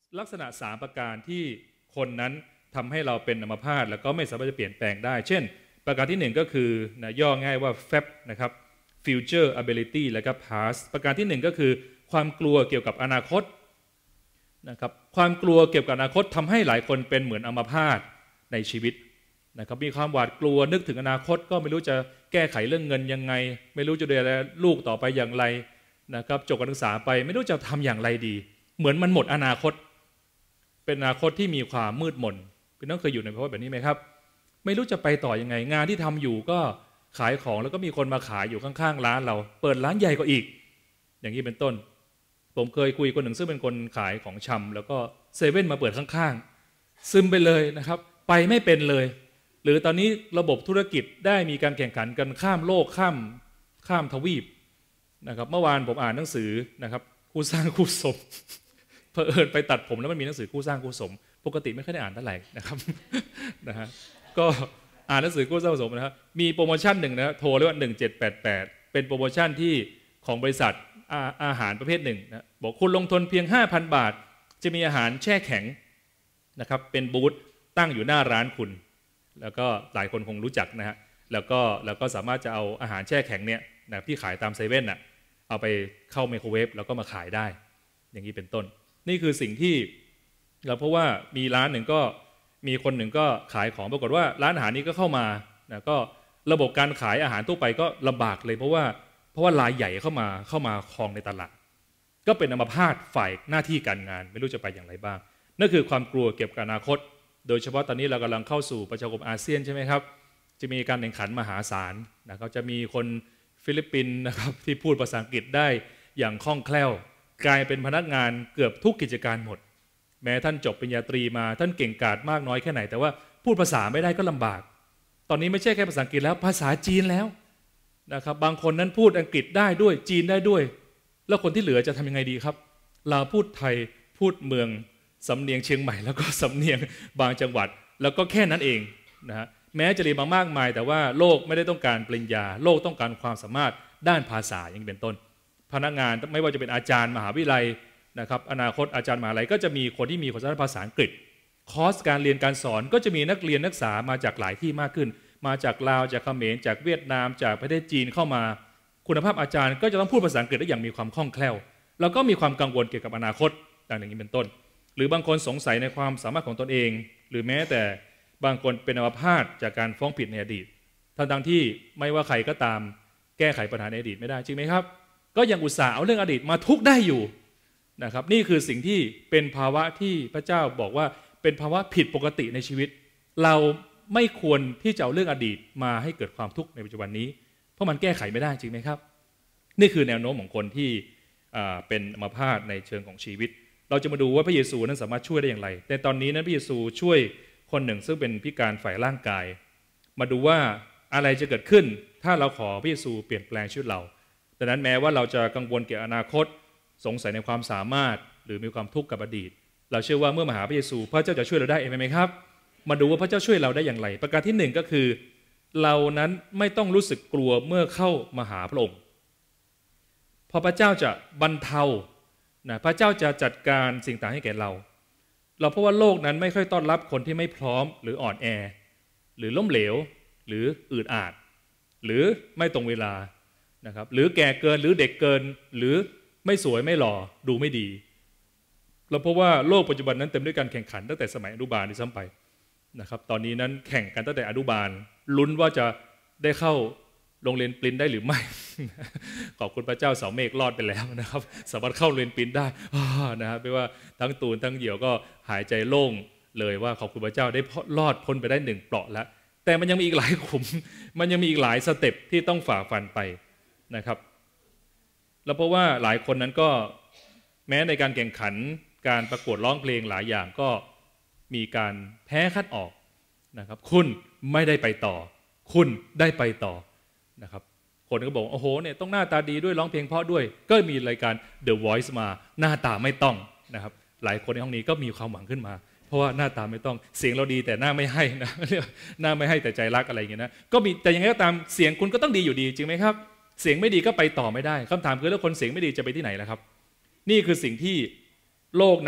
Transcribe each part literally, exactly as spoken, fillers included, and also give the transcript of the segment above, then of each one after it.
ลักษณะสามประการที่คนนั้นทำให้เราเป็นอัมพาตแล้วก็ไม่สามารถจะเปลี่ยนแปลงได้เช่นประการที่หนึ่งก็คือนะย่อง่ายว่า เอฟ เอ พี นะครับ future ability และก็ past ประการที่หนึ่งก็คือความกลัวเกี่ยวกับอนาคตนะครับความกลัวเกี่ยวกับอนาคตทำให้หลายคนเป็นเหมือนอัมพาตในชีวิตนะครับมีความหวาดกลัวนึกถึงอนาคตก็ไม่รู้จะแก้ไขเรื่องเงินยังไงไม่รู้จะดูแลลูกต่อไปอย่างไรนะครับจบการศึกษาไปไม่รู้จะทำอย่างไรดีเหมือนมันหมดอนาคตเป็นอนาคตที่มีความมืดมนพี่น้องเคยอยู่ในภาวะแบบนี้ไหมครับไม่รู้จะไปต่อยังไงงานที่ทำอยู่ก็ขายของแล้วก็มีคนมาขายอยู่ข้างๆร้านเราเปิดร้านใหญ่กว่าอีกอย่างนี้เป็นต้นผมเคยคุยคนหนึ่งซึ่งเป็นคนขายของชำแล้วก็เซเว่นมาเปิดข้างๆซึมไปเลยนะครับไปไม่เป็นเลยหรือตอนนี้ระบบธุรกิจได้มีการแข่งขันกันข้ามโลกข้ามข้ามทวีปนะครับเมื่อวานผมอ่านหนังสือนะครับคู่สร้างคู่สมเผอิญไปตัดผมแล้วมันมีหนังสือคู่สร้างคู่สมปกติไม่ค่อยได้อ่านเท่าไหร่นะครับนะฮะก็อ่านหนังสือคู่สร้างคู่สมนะครับมีโปรโมชั่นหนึ่งนะโทรเรียกว่าหนึ่งเจ็ดแปดแปดเป็นโปรโมชั่นที่ของบริษัทอาอาหารประเภทหนึ่งนะบอกคุณลงทุนเพียง ห้าพัน บาทจะมีอาหารแช่แข็งนะครับเป็นบูธตั้งอยู่หน้าร้านคุณแล้วก็หลายคนคงรู้จักนะฮะแล้วก็แล้วก็สามารถจะเอาอาหารแช่แข็งเนี่ยนะที่ขายตามเซเว่นน่ะเอาไปเข้าไมโครเวฟแล้วก็มาขายได้อย่างนี้เป็นต้นนี่คือสิ่งที่เราเพราะว่ามีร้านหนึ่งก็มีคนหนึ่งก็ขายของปรากฏว่าร้านอาหารนี้ก็เข้ามานะก็ระบบการขายอาหารทั่วไปก็ลำบากเลยเพราะว่าเพราะว่ารายใหญ่เข้ามาเข้ามาครองในตลาดก็เป็นอัมพาตฝ่ายหน้าที่การงานไม่รู้จะไปอย่างไรบ้างนั่นคือความกลัวเกี่ยวกับอนาคตโดยเฉพาะตอนนี้เรากำลังเข้าสู่ประชาคมอาเซียนใช่ไหมครับจะมีการแข่งขันมหาศาลนะครับจะมีคนฟิลิปปินส์นะครับที่พูดภาษาอังกฤษได้อย่างคล่องแคล่วกลายเป็นพนักงานเกือบทุกกิจการหมดแม้ท่านจบปริญญาตรีมาท่านเก่งกาจมากน้อยแค่ไหนแต่ว่าพูดภาษาไม่ได้ก็ลำบากตอนนี้ไม่ใช่แค่ภาษาอังกฤษแล้วภาษาจีนแล้วนะครับบางคนนั้นพูดอังกฤษได้ด้วยจีนได้ด้วยแล้วคนที่เหลือจะทำยังไงดีครับเราพูดไทยพูดเมืองสำเนียงเชียงใหม่แล้วก็สำเนียงบางจังหวัดแล้วก็แค่นั้นเองนะฮะแม้จะเรียนมามากมายแต่ว่าโลกไม่ได้ต้องการปริญญาโลกต้องการความสามารถด้านภาษาอย่างเป็นต้นพนักงานไม่ว่าจะเป็นอาจารย์มหาวิทยาลัยนะครับอนาคตอาจารย์มหาวิทยาลัยก็จะมีคนที่มีความสามารถภาษาอังกฤษคอร์สการเรียนการสอนก็จะมีนักเรียนนักศึกษามาจากหลายที่มากขึ้นมาจากลาวจากเขมรจากเวียดนามจากประเทศจีนเข้ามาคุณภาพอาจารย์ก็จะต้องพูดภาษาอังกฤษได้อย่างมีความคล่องแคล่วแล้วก็มีความกังวลเกี่ยวกับอนาคตดังนี้เป็นต้นหรือบางคนสงสัยในความสามารถของตนเองหรือแม้แต่บางคนเป็นอัมพาตจากการฟ้องผิดในอดีตทั้งที่ไม่ว่าใครก็ตามแก้ไขปัญหาในอดีตไม่ได้จริงไหมครับก็ยังอุตส่าห์เอาเรื่องอดีตมาทุกข์ได้อยู่นะครับนี่คือสิ่งที่เป็นภาวะที่พระเจ้าบอกว่าเป็นภาวะผิดปกติในชีวิตเราไม่ควรที่จะเอาเรื่องอดีตมาให้เกิดความทุกข์ในปัจจุบันนี้เพราะมันแก้ไขไม่ได้จริงไหมครับนี่คือแนวโน้มของคนที่เป็นอัมพาตในเชิงของชีวิตเราจะมาดูว่าพระเยซูนั้นสามารถช่วยได้อย่างไรแต่ตอนนี้นั้นพระเยซูช่วยคนหนึ่งซึ่งเป็นพิการฝ่ายร่างกายมาดูว่าอะไรจะเกิดขึ้นถ้าเราขอพระเยซูเปลี่ยนแปลงชีวิตเราดังนั้นแม้ว่าเราจะกังวลเกี่ยวกับอนาคตสงสัยในความสามารถหรือมีความทุกข์กับอดีตเราเชื่อว่าเมื่อมาหาพระเยซูพระเจ้าจะช่วยเราได้เองไหมครับมาดูว่าพระเจ้าช่วยเราได้อย่างไรประการที่หนึ่งก็คือเรานั้นไม่ต้องรู้สึกกลัวเมื่อเข้ามาหาพระองค์พอพระเจ้าจะบรรเทานะพระเจ้าจะจัดการสิ่งต่างให้แก่เราเราเพราะว่าโลกนั้นไม่ค่อยต้อนรับคนที่ไม่พร้อมหรืออ่อนแอหรือล้มเหลวหรืออืดอาดหรือไม่ตรงเวลานะครับหรือแก่เกินหรือเด็กเกินหรือไม่สวยไม่หล่อดูไม่ดีเราเพราะว่าโลกปัจจุบันนั้นเต็มด้วยการแข่งขันตั้งแต่สมัยอนุบาลที่ซ้ำไปนะครับตอนนี้นั้นแข่งกันตั้งแต่อนุบาลลุ้นว่าจะได้เข้าโรงเรียนปริ้นได้หรือไม่ขอบคุณพระเจ้าเสาเมฆรอดไปแล้วนะครับสามารถเข้าเรียนปริ้นได้นะครับไม่ว่าทั้งตูนทั้งเหยี่ยวก็หายใจโล่งเลยว่าขอบคุณพระเจ้าได้รอดพ้นไปได้หนึ่งเปราะแล้วแต่มันยังมีอีกหลายขุมมันยังมีอีกหลายสเต็ปที่ต้องฝ่าฟันไปนะครับแล้วเพราะว่าหลายคนนั้นก็แม้ในการแข่งขันการประกวดร้องเพลงหลายอย่างก็มีการแพ้คัดออกนะครับคุณไม่ได้ไปต่อคุณได้ไปต่อนะครับคนก็บอกโอ้โหเนี่ยต้องหน้าตาดีด้วยร้องเพลงเพราะด้วยก็มีรายการ The Voice มาหน้าตาไม่ต้องนะครับหลายคนในห้องนี้ก็มีความหวังขึ้นมาเพราะว่าหน้าตาไม่ต้องเสียงเราดีแต่หน้าไม่ให้นะเรียกหน้าไม่ให้แต่ใจรักอะไรอย่างเงี้ยนะก็มีแต่ยังไงก็ตามเสียงคุณก็ต้องดีอยู่ดีจริงไหมครับเสียงไม่ดีก็ไปต่อไม่ได้คำถามคือแล้วคนเสียงไม่ดีจะไปที่ไหนล่ะครับนี่คือสิ่งที่โลกนั้น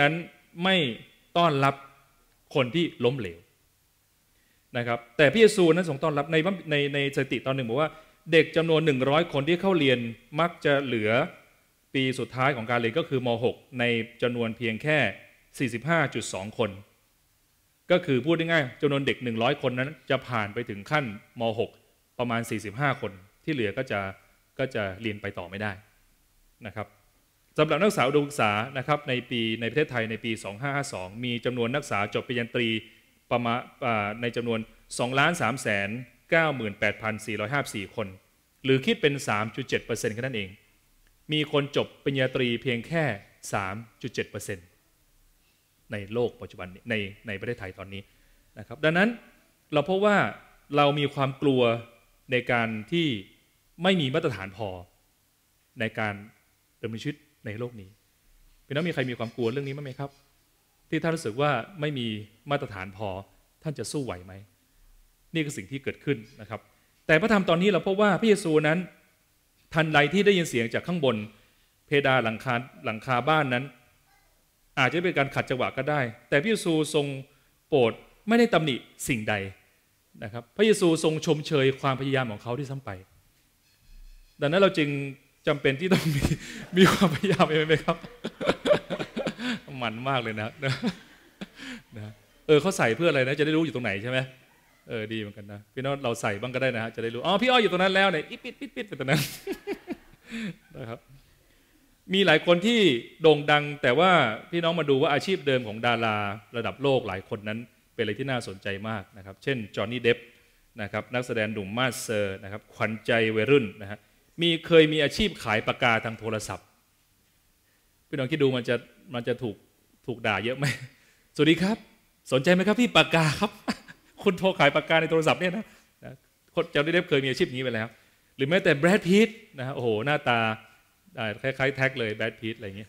ไม่ต้อนรับคนที่ล้มเหลวนะครับแต่พระเยซูนั้นทรงต้อนรับในในในสถิติตอนหนึ่งบอกว่าเด็กจำนวนหนึ่งร้อยคนที่เข้าเรียนมักจะเหลือปีสุดท้ายของการเรียนก็คือม หก ในจำนวนเพียงแค่ สี่สิบห้าจุดสอง คนก็คือพูดง่ายๆจำนวนเด็กหนึ่งร้อยคนนั้นจะผ่านไปถึงขั้นม หก ประมาณสี่สิบห้าคนที่เหลือก็จะก็จะเรียนไปต่อไม่ได้นะครับสำหรับนักศึกษาอุดมศึกษานะครับในปีในประเทศไทยในปี สองพันห้าร้อยห้าสิบสอง มีจำนวนนักศึกษาจบปริญญาตรีประมาณในจำนวน สองล้านสามแสนเก้าหมื่นแปดพันสี่ร้อยห้าสิบสี่ คนหรือคิดเป็น สามจุดเจ็ดเปอร์เซ็นต์ แค่นั้นเองมีคนจบปริญญาตรีเพียงแค่ สามจุดเจ็ดเปอร์เซ็นต์ ในโลกปัจจุบันในในประเทศไทยตอนนี้นะครับดังนั้นเราพบว่าเรามีความกลัวในการที่ไม่มีมาตรฐานพอในการดำเนินชีวิตในโลกนี้พี่น้องมีใครมีความกลัวเรื่องนี้ไหมครับที่ท่านรู้สึกว่าไม่มีมาตรฐานพอท่านจะสู้ไหวไหมนี่คือสิ่งที่เกิดขึ้นนะครับแต่พระธรรมตอนนี้เราพบว่าพระเยซูนั้นทันใดที่ได้ยินเสียงจากข้างบนเพดานหลังคาหลังคาบ้านนั้นอาจจะเป็นการขัดจังหวะก็ได้แต่พระเยซูทรงโปรดไม่ได้ตำหนิสิ่งใดนะครับพระเยซูทรงชมเชยความพยายามของเขาที่ซ้ำไปดังนั้นเราจึงจำเป็นที่ต้องมีมีความพยายามไหมครับมันมากเลยนะนะเออเขาใส่เพื่ออะไรนะจะได้รู้อยู่ตรงไหนใช่ไหมเออดีเหมือนกันนะพี่น้องเราใส่บ้างก็ได้นะฮะจะได้รู้อ๋อพี่อ้อยอยู่ตรงนั้นแล้วเนี่ยอิปิดปิดปิดไปตรงนั้นนะครับมีหลายคนที่โด่งดังแต่ว่าพี่น้องมาดูว่าอาชีพเดิมของดาราระดับโลกหลายคนนั้นเป็นอะไรที่น่าสนใจมากนะครับเช่นจอห์นนี่เดปนะครับนักแสดงหนุ่มมาสเซอร์นะครับขวัญใจวัยรุ่นนะฮะมีเคยมีอาชีพขายปากกาทางโทรศัพท์พี่น้องคิดดูมันจะมันจะถูกถูกด่าเยอะไหมสวัสดีครับสนใจไหมครับพี่ปากกาครับคุณโทรขายปากกาในโทรศัพท์เนี่ยนะคนจอห์นนี่เดปเคยมีอาชีพนี้ไปแล้วหรือแม้แต่แบรดพีตนะฮะโอ้โหหน้าตาคล้ายๆแท็กเลยแบรดพีตอะไรอย่างเงี้ย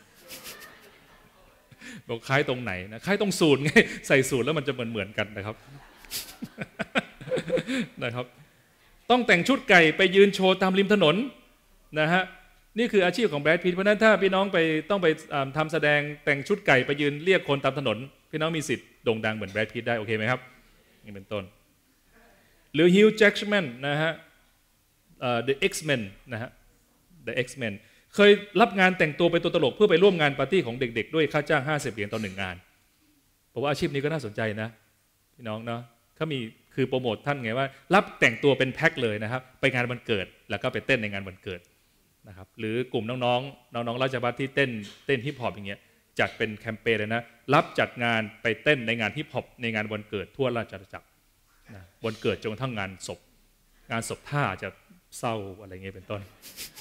บอกคล้ายตรงไหนนะคล้ายตรงสูตรไงใส่สูตรแล้วมันจะเหมือนเหมือนกันนะครับนะครับต้องแต่งชุดไก่ไปยืนโชว์ตามริมถนนนะฮะนี่คืออาชีพของแบรดพีตเพราะนั้นถ้าพี่น้องไปต้องไปทำแสดงแต่งชุดไก่ไปยืนเรียกคนตามถนนพี่น้องมีสิทธิ์โด่งดังเหมือนแบรดพีตได้โอเคไหมครับนี่เป็นต้นหรือฮิวจ์แจ็คแมนนะฮะ The X-Men นะฮะ The X-Men เคยรับงานแต่งตัวเป็นตัวตลกเพื่อไปร่วมงานปาร์ตี้ของเด็กๆด้วยค่าจ้างห้าสิบเหรียญต่อหนึ่งงานเพราะว่าอาชีพนี้ก็น่าสนใจนะพี่น้องเนาะเขามีคือโปรโมทท่านไงว่ารับแต่งตัวเป็นแพ็คเลยนะครับไปงานวันเกิดแล้วก็ไปเต้นในงานวันเกิดนะครับหรือกลุ่มน้องๆน้องๆราชบัณฑิตที่เต้นเต้นฮิปฮอปอย่างเงี้ยจัดเป็นแคมเปญเลยนะรับจัดงานไปเต้นในงานฮิปฮอปในงานวันเกิดทั่วราชอาณาจักรนะวันเกิดจนกระทั่งงานศพงานศพท่าจะเศร้าอะไรเงี้ยเป็นต้น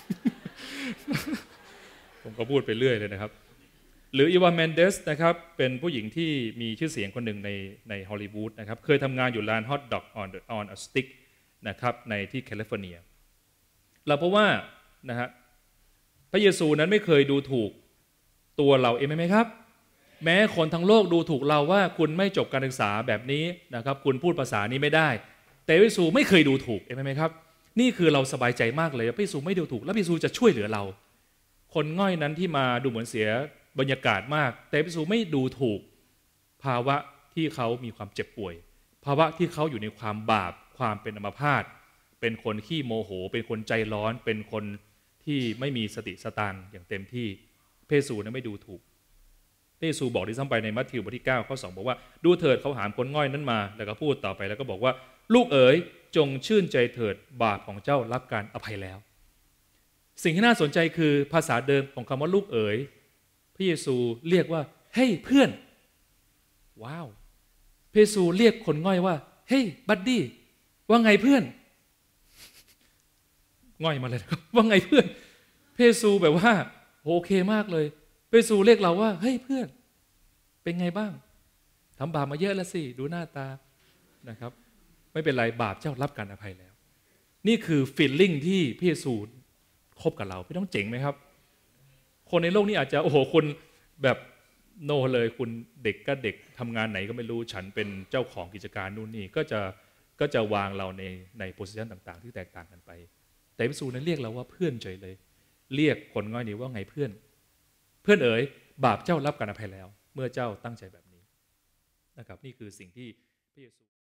ผมก็พูดไปเรื่อยเลยนะครับหรืออีวา แมนเดสนะครับเป็นผู้หญิงที่มีชื่อเสียงคนหนึ่งในในฮอลลีวูดนะครับเคยทำงานอยู่ร้านฮอทดอก on the on a stick นะครับในที่แคลิฟอร์เนียเราเพราะว่านะฮะพระเยซูนั้นไม่เคยดูถูกตัวเราเองไหมครับแม้คนทั้งโลกดูถูกเราว่าคุณไม่จบการศึกษาแบบนี้นะครับคุณพูดภาษานี้ไม่ได้แต่พระเยซูไม่เคยดูถูกเองไหมครับนี่คือเราสบายใจมากเลยพระเยซูไม่ดูถูกและพระเยซูจะช่วยเหลือเราคนง่อยนั้นที่มาดูเหมือนเสียบรรยากาศมากแต่พระเยซูไม่ดูถูกภาวะที่เขามีความเจ็บป่วยภาวะที่เขาอยู่ในความบาปความเป็นอัมพาตเป็นคนขี้โมโหเป็นคนใจร้อนเป็นคนที่ไม่มีสติสตังค์อย่างเต็มที่พระเยซูนั้นไม่ดูถูกพระเยซูบอกที่ซ้ำไปในมัทธิวบทที่เก้าข้อสองบอกว่าดูเถิดเขาหามคนง่อยนั้นมาแล้วก็พูดต่อไปแล้วก็บอกว่าลูกเอ๋ยจงชื่นใจเถิดบาปของเจ้ารับการอภัยแล้วสิ่งที่น่าสนใจคือภาษาเดิมของคำว่าลูกเอ๋ยพระเยซูเรียกว่าเฮ้ยเพื่อนว้าวพระเยซูเรียกคนง่อยว่าเฮ้ยบัดดี้ว่าไงเพื่อนง่อยมาเลยว่าไงเพื่อนพระเยซูแบบว่าโอเคมากเลยพระเยซูเรียกเราว่าเฮ้ยเพื่อนเป็นไงบ้างทำบาปมาเยอะแล้วสิดูหน้าตานะครับไม่เป็นไรบาปเจ้ารับการอภัยแล้วนี่คือฟีลลิ่งที่พระเยซูคบกับเราพี่ต้องเจ๋งไหมครับคนในโลกนี้อาจจะโอ้โหคุณแบบโน่เลยคุณเด็กก็เด็กทำงานไหนก็ไม่รู้ฉันเป็นเจ้าของกิจการนู่นนี่ก็จะก็จะวางเราในในโพสิชันต่างๆที่แตกต่างกันไปแต่พระเยซูนั้นเรียกเราว่าเพื่อนเฉยเลยเรียกคนง่อยนี้ว่าไงเพื่อนเพื่อนเอ๋ยบาปเจ้ารับการอภัยแล้วเมื่อเจ้าตั้งใจแบบนี้นะครับนี่คือสิ่งที่พระเยซู